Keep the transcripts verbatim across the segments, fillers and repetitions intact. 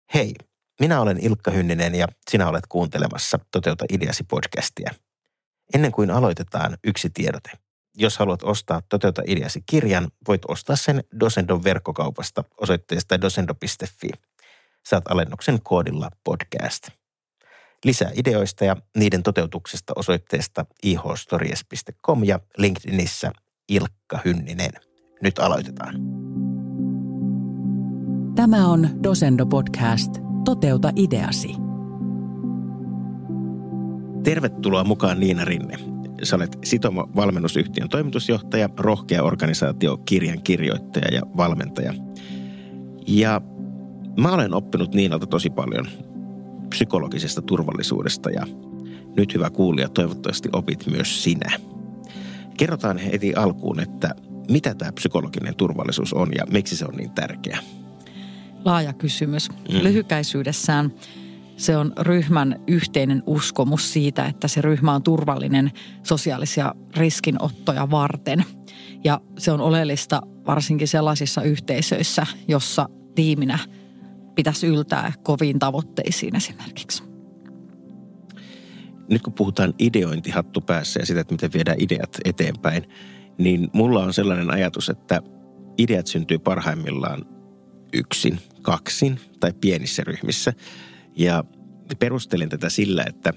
Hei, minä olen Ilkka Hynninen ja sinä olet kuuntelemassa Toteuta ideasi podcastia. Ennen kuin aloitetaan yksi tiedote. Jos haluat ostaa Toteuta ideasi kirjan, voit ostaa sen Dosendon verkkokaupasta osoitteesta dosendo piste fi. Saat alennuksen koodilla podcast. Lisää ideoista ja niiden toteutuksesta osoitteesta i h stories piste com ja LinkedInissä Ilkka Hynninen. Nyt aloitetaan. Tämä on Dosendo podcast. Toteuta ideasi. Tervetuloa mukaan Niina Rinne. Sä olet Sitomo valmennusyhtiön toimitusjohtaja, rohkea organisaatio, kirjan kirjoittaja ja valmentaja. Ja mä olen oppinut Niinalta tosi paljon psykologisesta turvallisuudesta ja nyt hyvä kuulija, toivottavasti opit myös sinä. Kerrotaan heti alkuun, että mitä tämä psykologinen turvallisuus on ja miksi se on niin tärkeä. Laaja kysymys. Mm. Lyhykäisyydessään se on ryhmän yhteinen uskomus siitä, että se ryhmä on turvallinen sosiaalisia riskinottoja varten. Ja se on oleellista varsinkin sellaisissa yhteisöissä, jossa tiiminä pitäisi yltää koviin tavoitteisiin esimerkiksi. Nyt kun puhutaan ideointihattu päässä ja sitä, että miten viedään ideat eteenpäin, niin mulla on sellainen ajatus, että ideat syntyy parhaimmillaan yksin, kaksin tai pienissä ryhmissä. Ja perustelin tätä sillä, että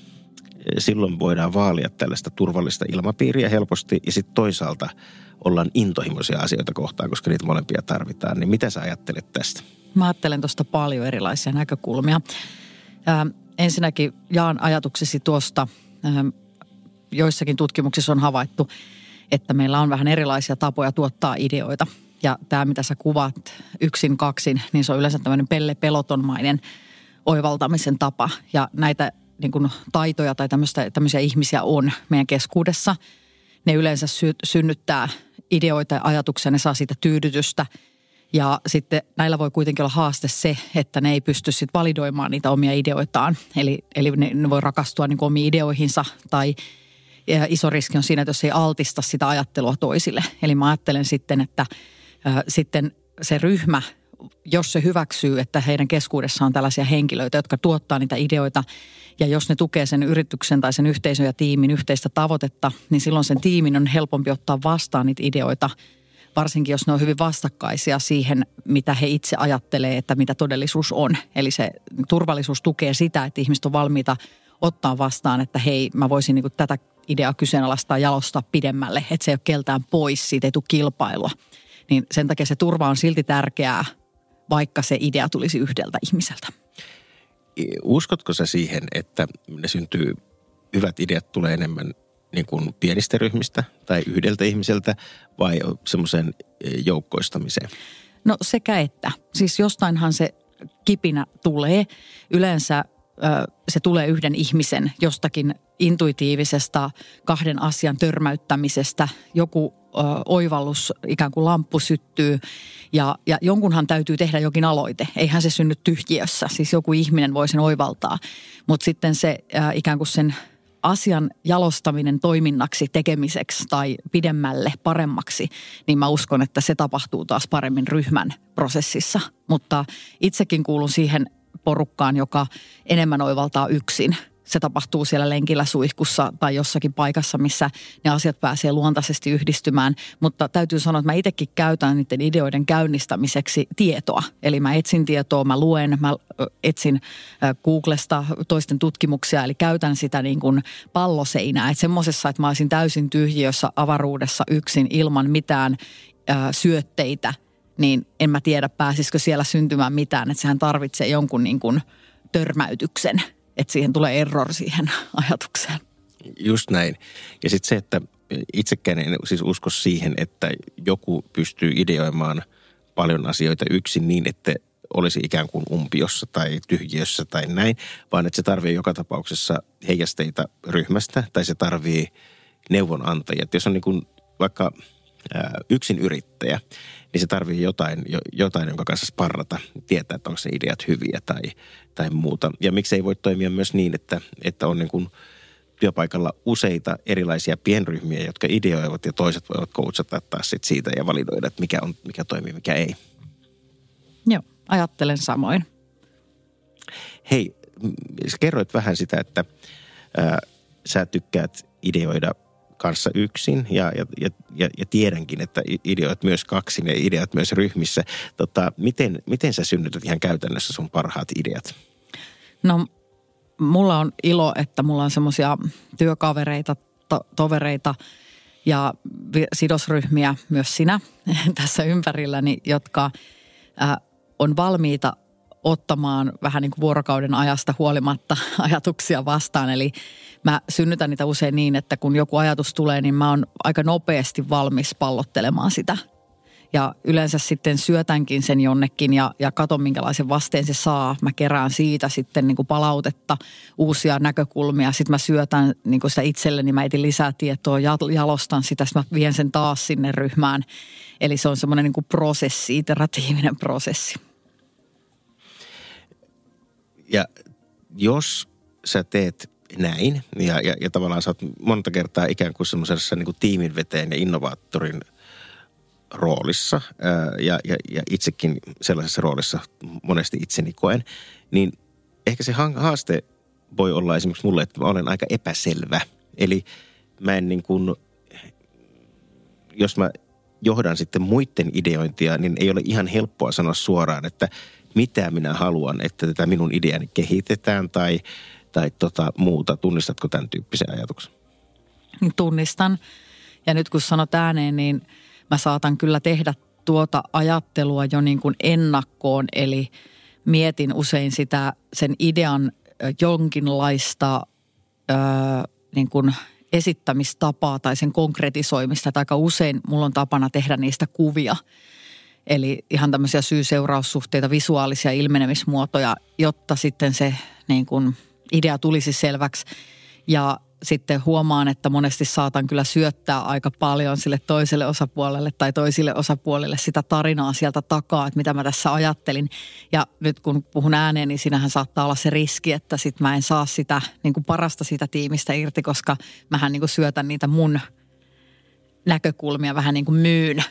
silloin voidaan vaalia tällaista turvallista ilmapiiriä helposti ja sitten toisaalta ollaan intohimoisia asioita kohtaan, koska niitä molempia tarvitaan. Niin mitä sä ajattelet tästä? Mä ajattelen tuosta paljon erilaisia näkökulmia. Ää, ensinnäkin jaan ajatuksesi tuosta, ää, joissakin tutkimuksissa on havaittu, että meillä on vähän erilaisia tapoja tuottaa ideoita. Ja tämä, mitä sä kuvaat yksin kaksin, niin se on yleensä tämmöinen pelle pelotonmainen oivaltamisen tapa. Ja näitä niin kuin taitoja tai tämmöistä, tämmöisiä ihmisiä on meidän keskuudessa. Ne yleensä sy- synnyttää ideoita ja ajatuksia, ne saa siitä tyydytystä. Ja sitten näillä voi kuitenkin olla haaste se, että ne ei pysty sitten validoimaan niitä omia ideoitaan. Eli, eli ne, ne voi rakastua niin kuin omiin ideoihinsa tai ja iso riski on siinä, että jos ei altista sitä ajattelua toisille. Eli mä ajattelen sitten, että ä, sitten se ryhmä, jos se hyväksyy, että heidän keskuudessaan on tällaisia henkilöitä, jotka tuottaa niitä ideoita, ja jos ne tukee sen yrityksen tai sen yhteisön ja tiimin yhteistä tavoitetta, niin silloin sen tiimin on helpompi ottaa vastaan niitä ideoita, varsinkin jos ne on hyvin vastakkaisia siihen, mitä he itse ajattelee, että mitä todellisuus on. Eli se turvallisuus tukee sitä, että ihmiset on valmiita ottaa vastaan, että hei, mä voisin niin kuin tätä ideaa kyseenalaistaa, jalostaa pidemmälle, että se ei ole keltään pois, siitä ei tule kilpailua. Niin sen takia se turva on silti tärkeää, vaikka se idea tulisi yhdeltä ihmiseltä. Uskotko sä siihen, että ne syntyy, hyvät ideat tulee enemmän niin kuin pienistä ryhmistä tai yhdeltä ihmiseltä vai semmoisen joukkoistamiseen? No sekä että. Siis jostainhan se kipinä tulee. Yleensä se tulee yhden ihmisen jostakin intuitiivisesta kahden asian törmäyttämisestä. Joku ö, oivallus, ikään kuin lamppu syttyy ja, ja jonkunhan täytyy tehdä jokin aloite. Eihän se synny tyhjiössä, siis joku ihminen voi sen oivaltaa. Mutta sitten se ö, ikään kuin sen asian jalostaminen toiminnaksi, tekemiseksi tai pidemmälle, paremmaksi, niin mä uskon, että se tapahtuu taas paremmin ryhmän prosessissa. Mutta itsekin kuulun siihen porukkaan, joka enemmän oivaltaa yksin. Se tapahtuu siellä lenkillä, suihkussa tai jossakin paikassa, missä ne asiat pääsee luontaisesti yhdistymään. Mutta täytyy sanoa, että mä itsekin käytän niiden ideoiden käynnistämiseksi tietoa. Eli mä etsin tietoa, mä luen, mä etsin Googlesta toisten tutkimuksia. Eli käytän sitä niin kuin palloseinää. Että semmoisessa, että mä olisin täysin tyhjiössä avaruudessa yksin ilman mitään ää, syötteitä, niin en mä tiedä, pääsisikö siellä syntymään mitään. Että sehän tarvitsee jonkun niin kuin törmäytyksen. Että siihen tulee error siihen ajatukseen. Just näin. Ja sitten se, että itsekään en siis usko siihen, että joku pystyy ideoimaan paljon asioita yksin niin, että olisi ikään kuin umpiossa tai tyhjiössä tai näin, vaan että se tarvii joka tapauksessa heijasteita ryhmästä tai se tarvii neuvonantajia. Että jos on niin kuin vaikka ää, yksin yrittäjä, niin se tarvii jotain, jotain, jonka kanssa sparrata, tietää, että onko se ideat hyviä tai, tai muuta. Ja miksi ei voi toimia myös niin, että, että on niin kuin työpaikalla useita erilaisia pienryhmiä, jotka ideoivat ja toiset voivat coachata taas sit siitä ja validoida, että mikä, on, mikä toimii, mikä ei. Joo, ajattelen samoin. Hei, sä kerroit vähän sitä, että ää, sä tykkäät ideoida kanssa yksin ja, ja, ja, ja tiedänkin, että ideoit myös kaksin ja ideoit myös ryhmissä. Tota, miten, miten sä synnytät ihan käytännössä sun parhaat ideat? No mulla on ilo, että mulla on semmoisia työkavereita, to- tovereita ja sidosryhmiä myös sinä tässä ympärilläni, jotka äh, on valmiita ottamaan vähän niin kuin vuorokauden ajasta huolimatta ajatuksia vastaan. Eli mä synnytän niitä usein niin, että kun joku ajatus tulee, niin mä oon aika nopeasti valmis pallottelemaan sitä. Ja yleensä sitten syötänkin sen jonnekin ja, ja katon, minkälaisen vasteen se saa. Mä kerään siitä sitten niin kuin palautetta, uusia näkökulmia. Sitten mä syötän niin kuin sitä itselleni, mä etin lisää tietoa, jalostan sitä, sitten mä vien sen taas sinne ryhmään. Eli se on semmoinen niin kuin prosessi, iteratiivinen prosessi. Ja jos sä teet näin ja, ja, ja tavallaan sä oot monta kertaa ikään kuin semmoisessa niin kuin tiiminveteen ja innovaattorin roolissa ää, ja, ja, ja itsekin sellaisessa roolissa monesti itseni koen, niin ehkä se haaste voi olla esimerkiksi mulle, että mä olen aika epäselvä. Eli mä en niin kuin, jos mä johdan sitten muiden ideointia, niin ei ole ihan helppoa sanoa suoraan, että mitä minä haluan, että tätä minun ideani kehitetään tai, tai tota muuta. Tunnistatko tämän tyyppisen ajatuksen? Tunnistan. Ja nyt kun sanot ääneen, niin mä saatan kyllä tehdä tuota ajattelua jo niin kuin ennakkoon. Eli mietin usein sitä sen idean jonkinlaista öö, niin kuin esittämistapaa tai sen konkretisoimista. Tai aika usein mulla on tapana tehdä niistä kuvia. Eli ihan tämmöisiä syy-seuraussuhteita, visuaalisia ilmenemismuotoja, jotta sitten se niin kuin idea tulisi selväksi. Ja sitten huomaan, että monesti saatan kyllä syöttää aika paljon sille toiselle osapuolelle tai toisille osapuolille sitä tarinaa sieltä takaa, että mitä mä tässä ajattelin. Ja nyt kun puhun ääneen, niin siinähän saattaa olla se riski, että sit mä en saa sitä niin kuin parasta siitä tiimistä irti, koska mähän niin kuin syötän niitä mun näkökulmia vähän niin kuin myyn.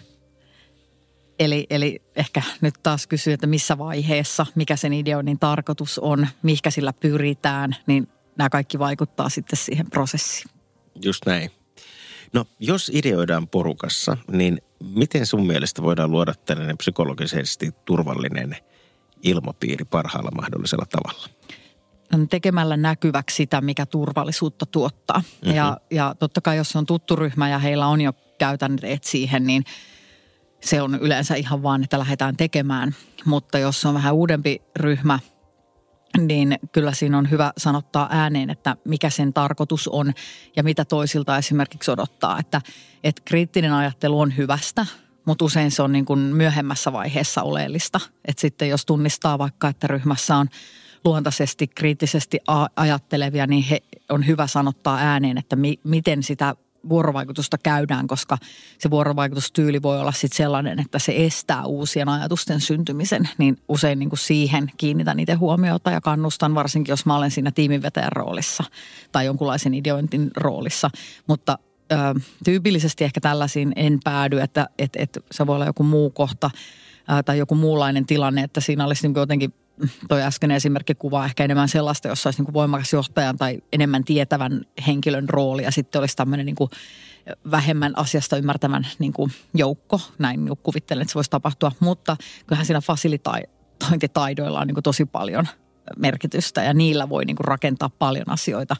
Eli, eli ehkä nyt taas kysyy, että missä vaiheessa, mikä sen ideoinnin tarkoitus on, mihinkä sillä pyritään, niin nämä kaikki vaikuttaa sitten siihen prosessiin. Just näin. No, jos ideoidaan porukassa, niin miten sun mielestä voidaan luoda tällainen psykologisesti turvallinen ilmapiiri parhaalla mahdollisella tavalla? Tekemällä näkyväksi sitä, mikä turvallisuutta tuottaa. Mm-hmm. Ja, ja totta kai, jos on tuttu ryhmä ja heillä on jo käytännöt siihen, niin se on yleensä ihan vaan, että lähdetään tekemään. Mutta jos on vähän uudempi ryhmä, niin kyllä siinä on hyvä sanottaa ääneen, että mikä sen tarkoitus on ja mitä toisilta esimerkiksi odottaa. Että, että kriittinen ajattelu on hyvästä, mutta usein se on niin kuin myöhemmässä vaiheessa oleellista. Että sitten jos tunnistaa vaikka, että ryhmässä on luontaisesti kriittisesti ajattelevia, niin he on hyvä sanottaa ääneen, että mi, miten sitä vuorovaikutusta käydään, koska se vuorovaikutustyyli voi olla sitten sellainen, että se estää uusien ajatusten syntymisen, niin usein niin kuin siihen kiinnitän itse huomiota ja kannustan, varsinkin jos mä olen siinä tiiminvetäjän roolissa tai jonkunlaisen ideointin roolissa, mutta ö, tyypillisesti ehkä tällaisiin en päädy, että et, et, se voi olla joku muu kohta ö, tai joku muunlainen tilanne, että siinä olisi niin kuin jotenkin toi äskeinen esimerkki kuvaa ehkä enemmän sellaista, jossa olisi niin kuin voimakas johtajan tai enemmän tietävän henkilön rooli ja sitten olisi tämmöinen niin kuin vähemmän asiasta ymmärtävän niin kuin joukko. Näin kuvittelen, että se voisi tapahtua, mutta kyllähän siinä fasilitointitaidoilla on niin kuin tosi paljon merkitystä ja niillä voi niin kuin rakentaa paljon asioita.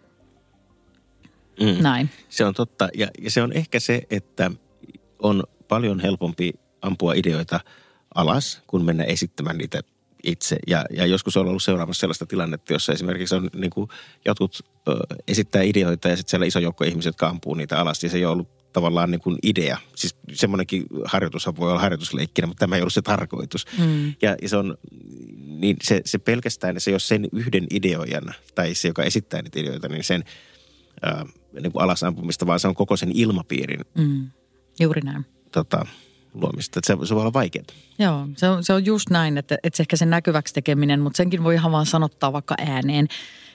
Mm. Näin. Se on totta ja, ja se on ehkä se, että on paljon helpompi ampua ideoita alas, kun mennä esittämään niitä itse. Ja, ja joskus on ollut seuraamassa sellaista tilannetta, jossa esimerkiksi on niin kuin jotkut ö, esittää ideoita ja sitten siellä iso joukko ihmisiä, jotka ampuu niitä alas. Ja se ei ole ollut tavallaan niin kuin idea. Siis semmoinenkin harjoitushan voi olla harjoitusleikkinä, mutta tämä ei ollut se tarkoitus. Mm. Ja, ja se on, niin se, se pelkästään, se jos sen yhden ideoijan tai se, joka esittää niitä ideoita, niin sen ö, niin kuin alasampumista, vaan se on koko sen ilmapiirin. Mm. Juuri näin. Tota, luomista. Että se, se voi olla vaikeaa. Joo, se on, se on just näin, että, että se ehkä sen näkyväksi tekeminen, mutta senkin voi ihan vaan sanottaa vaikka ääneen.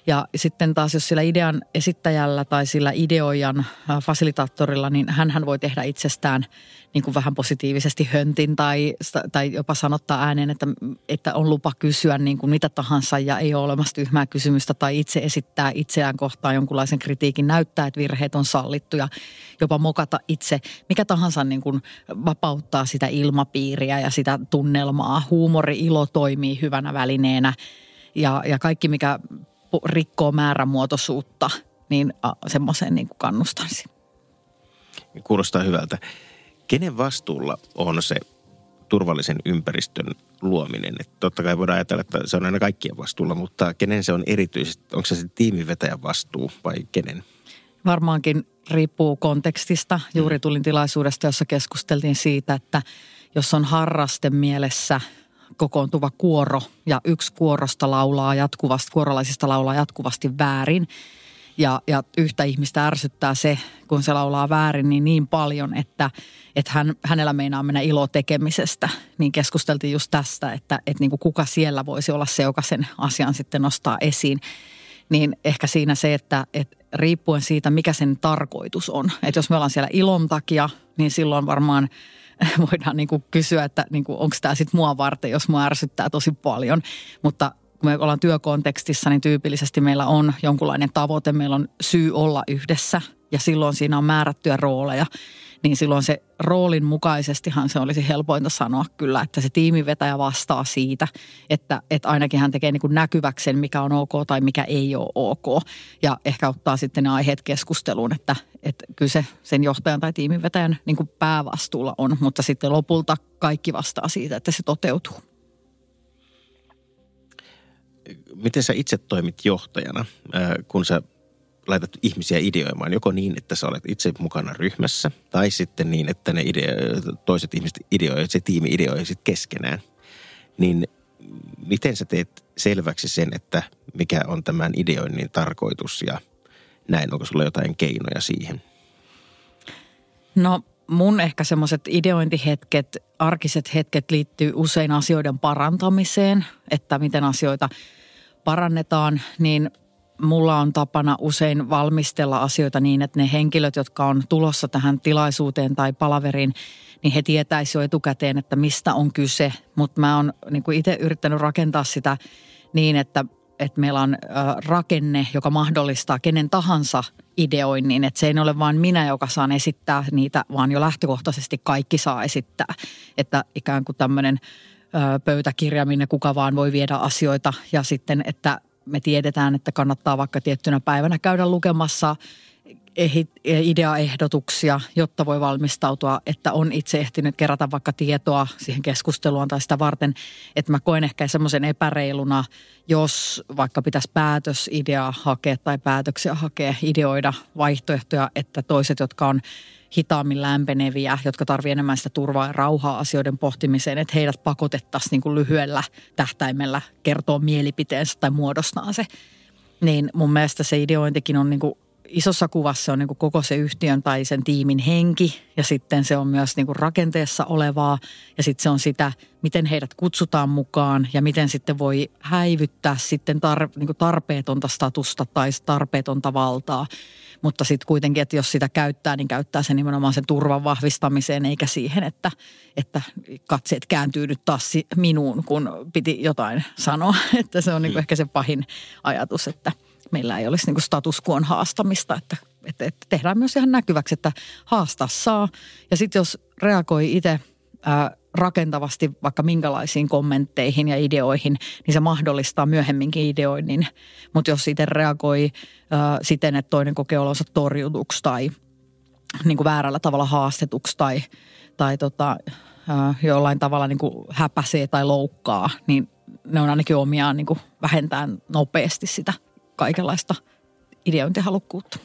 Ja sitten taas, jos sillä idean esittäjällä tai sillä ideoijan fasilitaattorilla, niin hänhän voi tehdä itsestään niin kuin vähän positiivisesti höntin tai, tai jopa sanottaa ääneen, että, että on lupa kysyä niin kuin mitä tahansa ja ei ole olemassa tyhmää kysymystä tai itse esittää itseään kohtaan jonkunlaisen kritiikin, näyttää, että virheet on sallittu ja jopa mokata itse. Mikä tahansa niin kuin vapauttaa sitä ilmapiiriä ja sitä tunnelmaa. Huumori, ilo toimii hyvänä välineenä ja, ja kaikki, mikä rikkoo määrämuotoisuutta, niin semmoiseen niin kuin kannustaisin. Kuulostaa hyvältä. Kenen vastuulla on se turvallisen ympäristön luominen? Että totta kai voidaan ajatella, että se on aina kaikkien vastuulla, mutta kenen se on erityisesti? Onko se se tiimivetäjän vastuu vai kenen? Varmaankin riippuu kontekstista. Juuri tulin tilaisuudesta, jossa keskusteltiin siitä, että jos on harraste mielessä kokoontuva kuoro ja yksi kuorosta laulaa jatkuvasti, kuorolaisista laulaa jatkuvasti väärin ja, ja yhtä ihmistä ärsyttää se, kun se laulaa väärin niin niin paljon, että, että hän, hänellä meinaa mennä ilo tekemisestä. Niin keskusteltiin just tästä, että, että niin kuin kuka siellä voisi olla se, joka sen asian sitten nostaa esiin. Niin ehkä siinä se, että, että riippuen siitä, mikä sen tarkoitus on. Että jos me ollaan siellä ilon takia, niin silloin varmaan voidaan niin kuin kysyä, että niin kuin, onko tämä sitten mua varten, jos mua ärsyttää tosi paljon. Mutta kun me ollaan työkontekstissa, niin tyypillisesti meillä on jonkunlainen tavoite, meillä on syy olla yhdessä ja silloin siinä on määrättyjä rooleja. Niin silloin se roolin mukaisestihan se olisi helpointa sanoa kyllä, että se tiimivetäjä vastaa siitä, että, että ainakin hän tekee niin kuin näkyväksi sen, mikä on ok tai mikä ei ole ok. Ja ehkä ottaa sitten ne aiheet keskusteluun, että, että kyllä se sen johtajan tai tiimivetäjän niin kuin päävastuulla on, mutta sitten lopulta kaikki vastaa siitä, että se toteutuu. Miten sä itse toimit johtajana, kun sä laitat ihmisiä ideoimaan, joko niin, että sä olet itse mukana ryhmässä, tai sitten niin, että ne ideo- toiset ihmiset ideoivat, se tiimi ideoi sitten keskenään. Niin miten sä teet selväksi sen, että mikä on tämän ideoinnin tarkoitus ja näin, onko sulla jotain keinoja siihen? No mun ehkä semmoiset ideointihetket, arkiset hetket liittyy usein asioiden parantamiseen, että miten asioita parannetaan, niin mulla on tapana usein valmistella asioita niin, että ne henkilöt, jotka on tulossa tähän tilaisuuteen tai palaveriin, niin he tietäisivät jo etukäteen, että mistä on kyse. Mutta mä oon niin kuin itse yrittänyt rakentaa sitä niin, että, että meillä on äh, rakenne, joka mahdollistaa kenen tahansa ideoinnin. Että se ei ole vain minä, joka saan esittää niitä, vaan jo lähtökohtaisesti kaikki saa esittää. Että ikään kuin tämmöinen äh, pöytäkirja, minne kuka vaan voi viedä asioita ja sitten, että me tiedetään, että kannattaa vaikka tiettynä päivänä käydä lukemassa ideaehdotuksia, jotta voi valmistautua, että on itse ehtinyt kerätä vaikka tietoa siihen keskusteluun tai sitä varten. Että mä koen ehkä semmoisen epäreiluna, jos vaikka pitäisi päätösideaa hakea tai päätöksiä hakea, ideoida vaihtoehtoja, että toiset, jotka on hitaammin lämpeneviä, jotka tarvitsevat enemmän sitä turvaa ja rauhaa asioiden pohtimiseen, että heidät pakotettaisiin niin kuin lyhyellä tähtäimellä kertoa mielipiteensä tai muodostaa se. Niin mun mielestä se ideointikin on niin kuin isossa kuvassa on niin kuin koko se yhtiön tai sen tiimin henki ja sitten se on myös niin kuin rakenteessa olevaa ja sitten se on sitä, miten heidät kutsutaan mukaan ja miten sitten voi häivyttää sitten tar, niin kuin tarpeetonta statusta tai tarpeetonta valtaa. Mutta sitten kuitenkin, että jos sitä käyttää, niin käyttää se nimenomaan sen turvan vahvistamiseen eikä siihen, että, että katseet kääntyy nyt taas minuun, kun piti jotain sanoa. Että se on niin kuin ehkä se pahin ajatus, että meillä ei olisi niin kuin status quoon haastamista, että, että, että tehdään myös ihan näkyväksi, että haastaa saa. Ja sitten jos reagoi itse ää, rakentavasti vaikka minkälaisiin kommentteihin ja ideoihin, niin se mahdollistaa myöhemminkin ideoinnin. Mutta jos itse reagoi ää, siten, että toinen kokee olonsa torjutuksi tai niin kuin väärällä tavalla haastetuksi tai, tai tota, ää, jollain tavalla niin kuin häpäisee tai loukkaa, niin ne on ainakin omiaan niin kuin vähentämään nopeasti sitä kaikenlaista ideointihalukkuutta.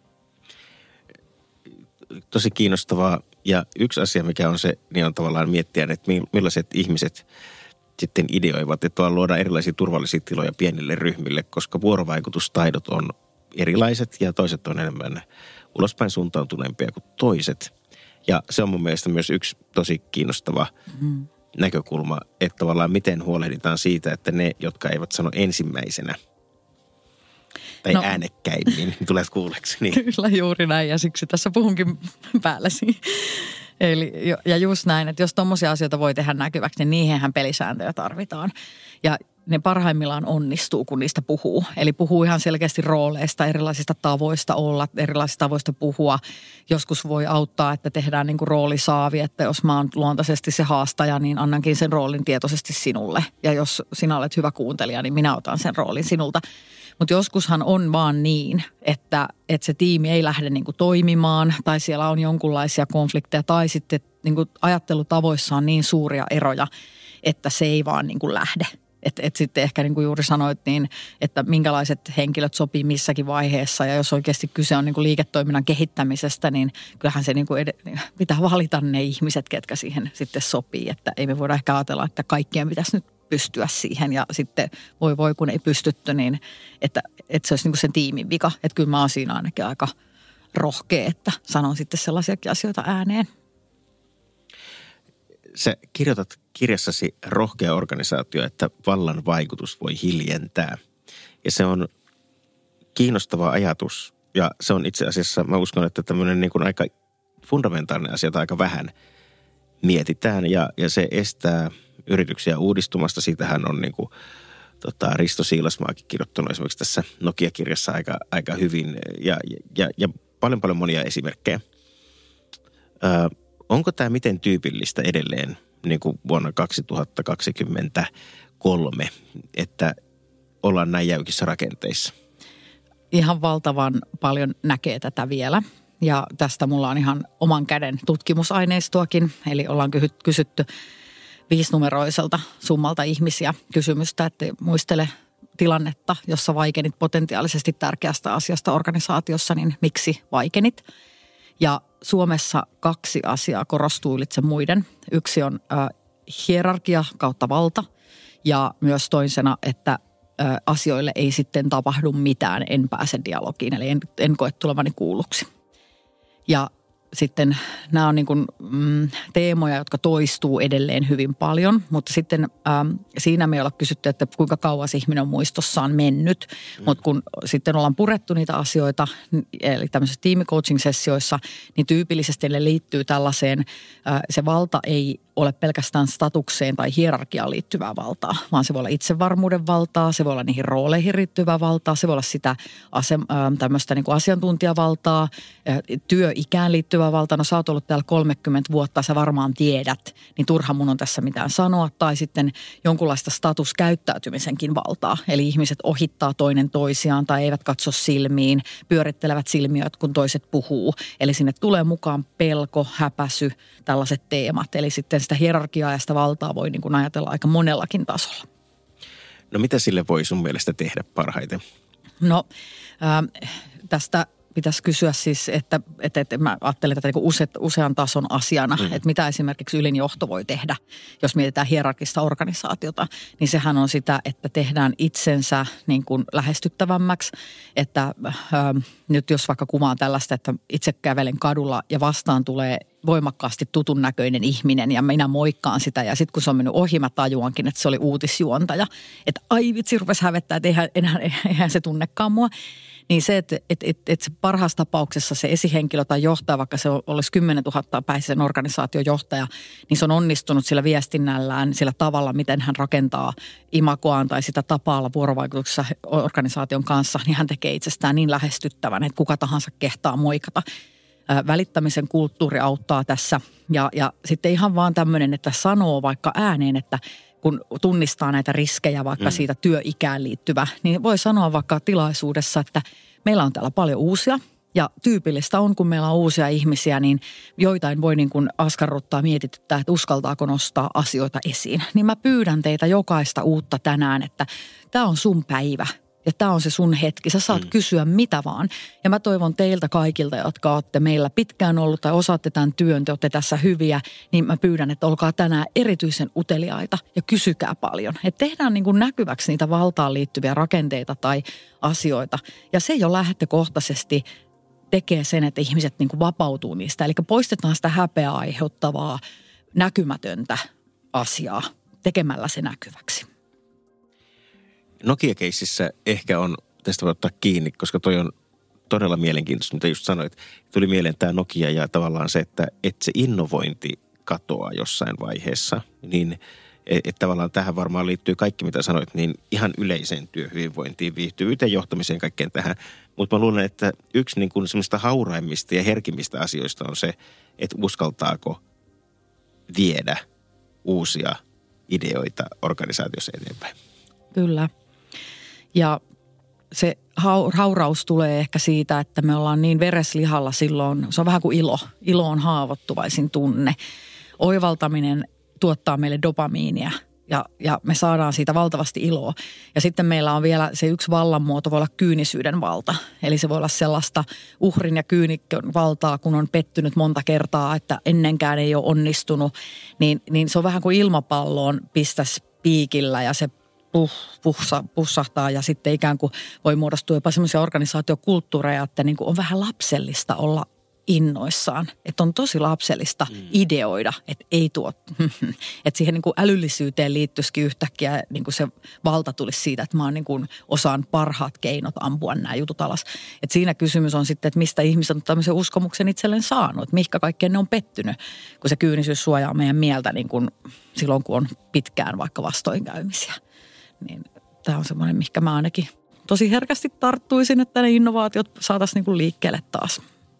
Tosi kiinnostavaa. Ja yksi asia, mikä on se, niin on tavallaan miettiä, että millaiset ihmiset sitten ideoivat, että vaan luodaan erilaisia turvallisia tiloja pienille ryhmille, koska vuorovaikutustaidot on erilaiset ja toiset on enemmän ulospäin suuntautuneempia kuin toiset. Ja se on mun mielestä myös yksi tosi kiinnostava mm. näkökulma, että tavallaan miten huolehditaan siitä, että ne, jotka eivät sano ensimmäisenä, Tai no, äänekkäimmin tulet kuulleksi. Niin. Kyllä juuri näin ja siksi tässä puhunkin päälläsi. Eli, ja just näin, että jos tommosia asioita voi tehdä näkyväksi, niin niihinhän pelisääntöjä tarvitaan. Ja ne parhaimmillaan onnistuu, kun niistä puhuu. Eli puhuu ihan selkeästi rooleista, erilaisista tavoista olla, erilaisista tavoista puhua. Joskus voi auttaa, että tehdään niin kuin roolisaavi, että jos mä oon luontaisesti se haastaja, niin annankin sen roolin tietoisesti sinulle. Ja jos sinä olet hyvä kuuntelija, niin minä otan sen roolin sinulta. Mutta joskushan on vaan niin, että, että se tiimi ei lähde niin kuin toimimaan tai siellä on jonkunlaisia konflikteja tai sitten niin kuin ajattelutavoissa on niin suuria eroja, että se ei vaan niin kuin lähde. Että et sitten ehkä niin kuin juuri sanoit niin, että minkälaiset henkilöt sopii missäkin vaiheessa ja jos oikeasti kyse on niin kuin liiketoiminnan kehittämisestä, niin kyllähän se niin kuin ed- pitää valita ne ihmiset, ketkä siihen sitten sopii. Että ei me voida ehkä ajatella, että kaikkien pitäisi nyt pystyä siihen ja sitten voi voi kun ei pystytty, niin että, että se olisi niin kuin sen tiimin vika. Että kyllä mä oon siinä ainakin aika rohkea, että sanon sitten sellaisiakin asioita ääneen. Sä kirjoitat kirjassasi Rohkea organisaatio, että vallan vaikutus voi hiljentää. Ja se on kiinnostava ajatus ja se on itse asiassa, mä uskon, että tämmöinen niin kuin aika fundamentaalinen asia, jota aika vähän mietitään ja, ja se estää yrityksiä uudistumasta. Siitähän on niin kuin, tota, Risto Siilasmaakin kirjoittanut esimerkiksi tässä Nokia-kirjassa aika, aika hyvin ja, ja, ja paljon paljon monia esimerkkejä. Ö, onko tämä miten tyypillistä edelleen niin kuin vuonna kaksituhattakaksikymmentäkolme, että ollaan näin jäykissä rakenteissa? Ihan valtavan paljon näkee tätä vielä. Ja tästä mulla on ihan oman käden tutkimusaineistoakin. Eli ollaan kysytty viisinumeroiselta summalta ihmisiä kysymystä, että muistele tilannetta, jossa vaikenit potentiaalisesti tärkeästä asiasta organisaatiossa, niin miksi vaikenit? Ja Suomessa kaksi asiaa korostuu ylitse muiden. Yksi on äh, hierarkia kautta valta ja myös toisena, että äh, asioille ei sitten tapahdu mitään, en pääse dialogiin, eli en, en koe tulevani kuulluksi. Ja sitten nämä on niin kuin, mm, teemoja, jotka toistuu edelleen hyvin paljon, mutta sitten ähm, siinä me ei olla kysytty, että kuinka kauas ihminen on muistossaan mennyt. Mm. Mutta kun sitten ollaan purettu niitä asioita, eli tämmöisissä tiimicoaching-sessioissa, niin tyypillisesti ne liittyy tällaiseen, äh, se valta ei ole pelkästään statukseen tai hierarkiaan liittyvää valtaa, vaan se voi olla itsevarmuuden valtaa, se voi olla niihin rooleihin liittyvää valtaa, se voi olla sitä ase, äh, tämmöistä niin kuin asiantuntijavaltaa, äh, työikään liittyvää valtaa. No sä oot ollut täällä kolmekymmentä vuotta, sä varmaan tiedät, niin turha mun on tässä mitään sanoa. Tai sitten jonkunlaista statuskäyttäytymisenkin valtaa, eli ihmiset ohittaa toinen toisiaan tai eivät katso silmiin, pyörittelevät silmiä, kun toiset puhuu. Eli sinne tulee mukaan pelko, häpäsy, tällaiset teemat, eli sitten sitä hierarkiaa ja sitä valtaa voi niin kuin ajatella aika monellakin tasolla. No mitä sille voi sun mielestä tehdä parhaiten? No äh, tästä pitäisi kysyä siis, että, että, että mä ajattelen tätä niin kuin use, usean tason asiana, mm. että mitä esimerkiksi ylin johto voi tehdä, jos mietitään hierarkista organisaatiota, niin sehän on sitä, että tehdään itsensä niin kuin lähestyttävämmäksi, että äh, nyt jos vaikka kuvaan tällaista, että itse kävelen kadulla ja vastaan tulee voimakkaasti tutun näköinen ihminen ja minä moikkaan sitä ja sitten kun se on mennyt ohi, mä tajuankin, että se oli uutisjuontaja, että ai vitsi rupesi hävettää, että eihän, eihän, eihän se tunnekaan mua. Niin se, että, että, että, että parhaassa tapauksessa se esihenkilö tai johtaja, vaikka se olisi kymmenen tuhatta päisen organisaation johtaja, niin se on onnistunut sillä viestinnällään, sillä tavalla, miten hän rakentaa imagoaan tai sitä tapaa olla vuorovaikutuksessa organisaation kanssa, niin hän tekee itsestään niin lähestyttävän, että kuka tahansa kehtaa moikata. Välittämisen kulttuuri auttaa tässä ja, ja sitten ihan vaan tämmöinen, että sanoo vaikka ääneen, että kun tunnistaa näitä riskejä vaikka mm. siitä työikään liittyvä, niin voi sanoa vaikka tilaisuudessa, että meillä on täällä paljon uusia ja tyypillistä on, kun meillä on uusia ihmisiä, niin joitain voi niin kuin askarruttaa, mietityttää, että uskaltaako nostaa asioita esiin. Niin mä pyydän teitä jokaista uutta tänään, että tämä on sun päivä. Ja tämä on se sun hetki. Sä saat mm. kysyä mitä vaan. Ja mä toivon teiltä kaikilta, jotka olette meillä pitkään ollut tai osaatte tämän työn, te olette tässä hyviä, niin mä pyydän, että olkaa tänään erityisen uteliaita ja kysykää paljon. Että tehdään niin kuin näkyväksi niitä valtaan liittyviä rakenteita tai asioita. Ja se jo lähtökohtaisesti tekee sen, että ihmiset niin kuin vapautuu niistä. Eli poistetaan sitä häpeää aiheuttavaa näkymätöntä asiaa tekemällä se näkyväksi. Nokia-keississä ehkä on tästä voi ottaa kiinni, koska toi on todella mielenkiintoista, mitä just sanoit. Tuli mieleen tämä Nokia ja tavallaan se, että, että se innovointi katoaa jossain vaiheessa, niin että tavallaan tähän varmaan liittyy kaikki, mitä sanoit, niin ihan yleiseen työhyvinvointiin, viihtyvyyteen, johtamiseen, kaikkeen tähän. Mutta mä luulen, että yksi niin kuin semmoista hauraimmista ja herkimmistä asioista on se, että uskaltaako viedä uusia ideoita organisaatiossa eteenpäin. Kyllä. Ja se hauraus tulee ehkä siitä, että me ollaan niin vereslihalla silloin, se on vähän kuin ilo. Ilo on haavoittuvaisin tunne. Oivaltaminen tuottaa meille dopamiinia ja, ja me saadaan siitä valtavasti iloa. Ja sitten meillä on vielä se yksi vallanmuoto, voi olla kyynisyyden valta. Eli se voi olla sellaista uhrin ja kyynikön valtaa, kun on pettynyt monta kertaa, että ennenkään ei ole onnistunut. Niin, niin se on vähän kuin ilmapalloon pistäisi piikillä ja se puh, puhsa, pussahtaa ja sitten ikään kuin voi muodostua jopa semmoisia organisaatiokulttuureja, että niin kuin on vähän lapsellista olla innoissaan. Että on tosi lapsellista mm. ideoida, että ei tuo, että siihen niin kuin älyllisyyteen liittyisikin yhtäkkiä niin kuin se valta tulisi siitä, että mä niin kuin osaan parhaat keinot ampua nämä jutut alas. Että siinä kysymys on sitten, että mistä ihmiset on tämmöisen uskomuksen itselleen saanut, että mihinkä kaikkeen ne on pettynyt, kun se kyynisyys suojaa meidän mieltä niin kuin silloin, kun on pitkään vaikka vastoinkäymisiä. Niin tämä on semmoinen, mihinkä mä ainakin tosi herkästi tarttuisin, että ne innovaatiot saataisiin niin kuin liikkeelle taas.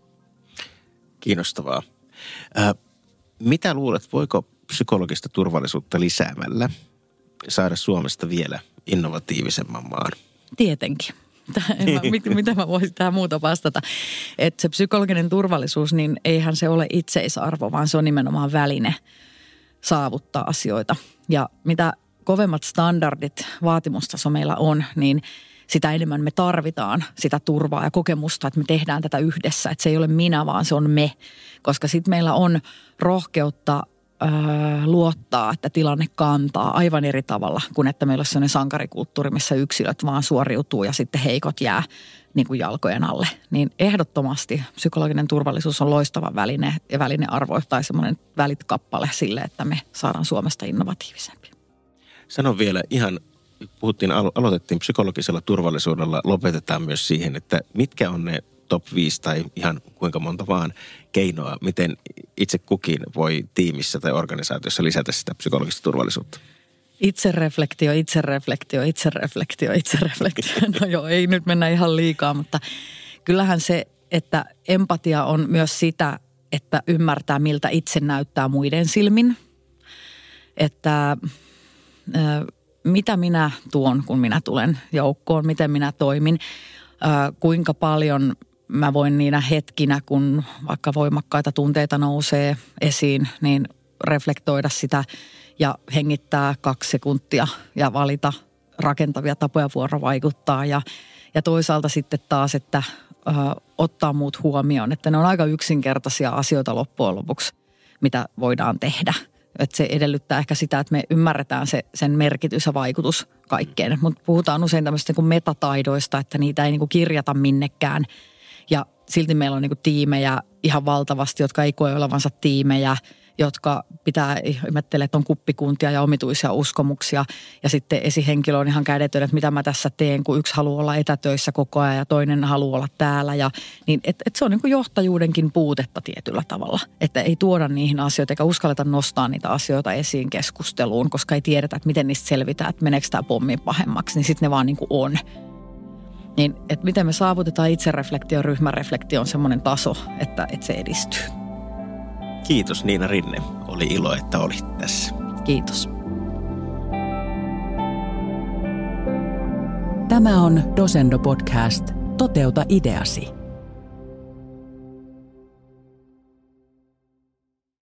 Kiinnostavaa. Äh, mitä luulet, voiko psykologista turvallisuutta lisäämällä saada Suomesta vielä innovatiivisemman maan? Tietenkin. Mä, mitä mä voisin tähän muuta vastata? Että se psykologinen turvallisuus, niin eihän se ole itseisarvo, vaan se on nimenomaan väline saavuttaa asioita. Ja mitä kovemmat standardit, vaatimustaso meillä on, niin sitä enemmän me tarvitaan sitä turvaa ja kokemusta, että me tehdään tätä yhdessä. Että se ei ole minä, vaan se on me. Koska sitten meillä on rohkeutta öö, luottaa, että tilanne kantaa aivan eri tavalla kuin että meillä on sellainen sankarikulttuuri, missä yksilöt vaan suoriutuu ja sitten heikot jää niin kuin jalkojen alle. Niin ehdottomasti psykologinen turvallisuus on loistava väline ja välinearvo tai semmoinen välitkappale sille, että me saadaan Suomesta innovatiivisempi. Sano vielä ihan... Puhuttiin, aloitettiin psykologisella turvallisuudella, lopetetaan myös siihen, että mitkä on ne top viisi tai ihan kuinka monta vaan keinoa, miten itse kukin voi tiimissä tai organisaatiossa lisätä sitä psykologista turvallisuutta? Itsereflektio, itsereflektio, itsereflektio, itsereflektio. No joo, ei nyt mennä ihan liikaa, mutta kyllähän se, että empatia on myös sitä, että ymmärtää miltä itse näyttää muiden silmin. Että... Äh, mitä minä tuon, kun minä tulen joukkoon, miten minä toimin, ää, kuinka paljon mä voin niinä hetkinä, kun vaikka voimakkaita tunteita nousee esiin, niin reflektoida sitä ja hengittää kaksi sekuntia ja valita rakentavia tapoja vuorovaikuttaa. Ja, ja toisaalta sitten taas, että ää, ottaa muut huomioon, että ne on aika yksinkertaisia asioita loppujen lopuksi, mitä voidaan tehdä. Että se edellyttää ehkä sitä, että me ymmärretään se, sen merkitys ja vaikutus kaikkeen. Mutta puhutaan usein tämmöistä niin kuin metataidoista, että niitä ei niin kuin kirjata minnekään. Ja silti meillä on niin kuin tiimejä ihan valtavasti, jotka ei koe olevansa tiimejä, jotka pitää ihmettelee, että on kuppikuntia ja omituisia uskomuksia. Ja sitten esihenkilö on ihan kädetön, että mitä mä tässä teen, kun yksi haluaa olla etätöissä koko ajan ja toinen haluaa olla täällä. Ja, niin, et, et se on niin kuin johtajuudenkin puutetta tietyllä tavalla. Että ei tuoda niihin asioita eikä uskalleta nostaa niitä asioita esiin keskusteluun, koska ei tiedetä, että miten niistä selvitään, että meneekö tämä pommin pahemmaksi. Niin sitten ne vaan niin kuin on. Niin, että miten me saavutetaan itsereflektio, ryhmäreflektio on semmoinen taso, että, että se edistyy. Kiitos Niina Rinne. Oli ilo, että olit tässä. Kiitos. Tämä on Dosendo Podcast. Toteuta ideasi.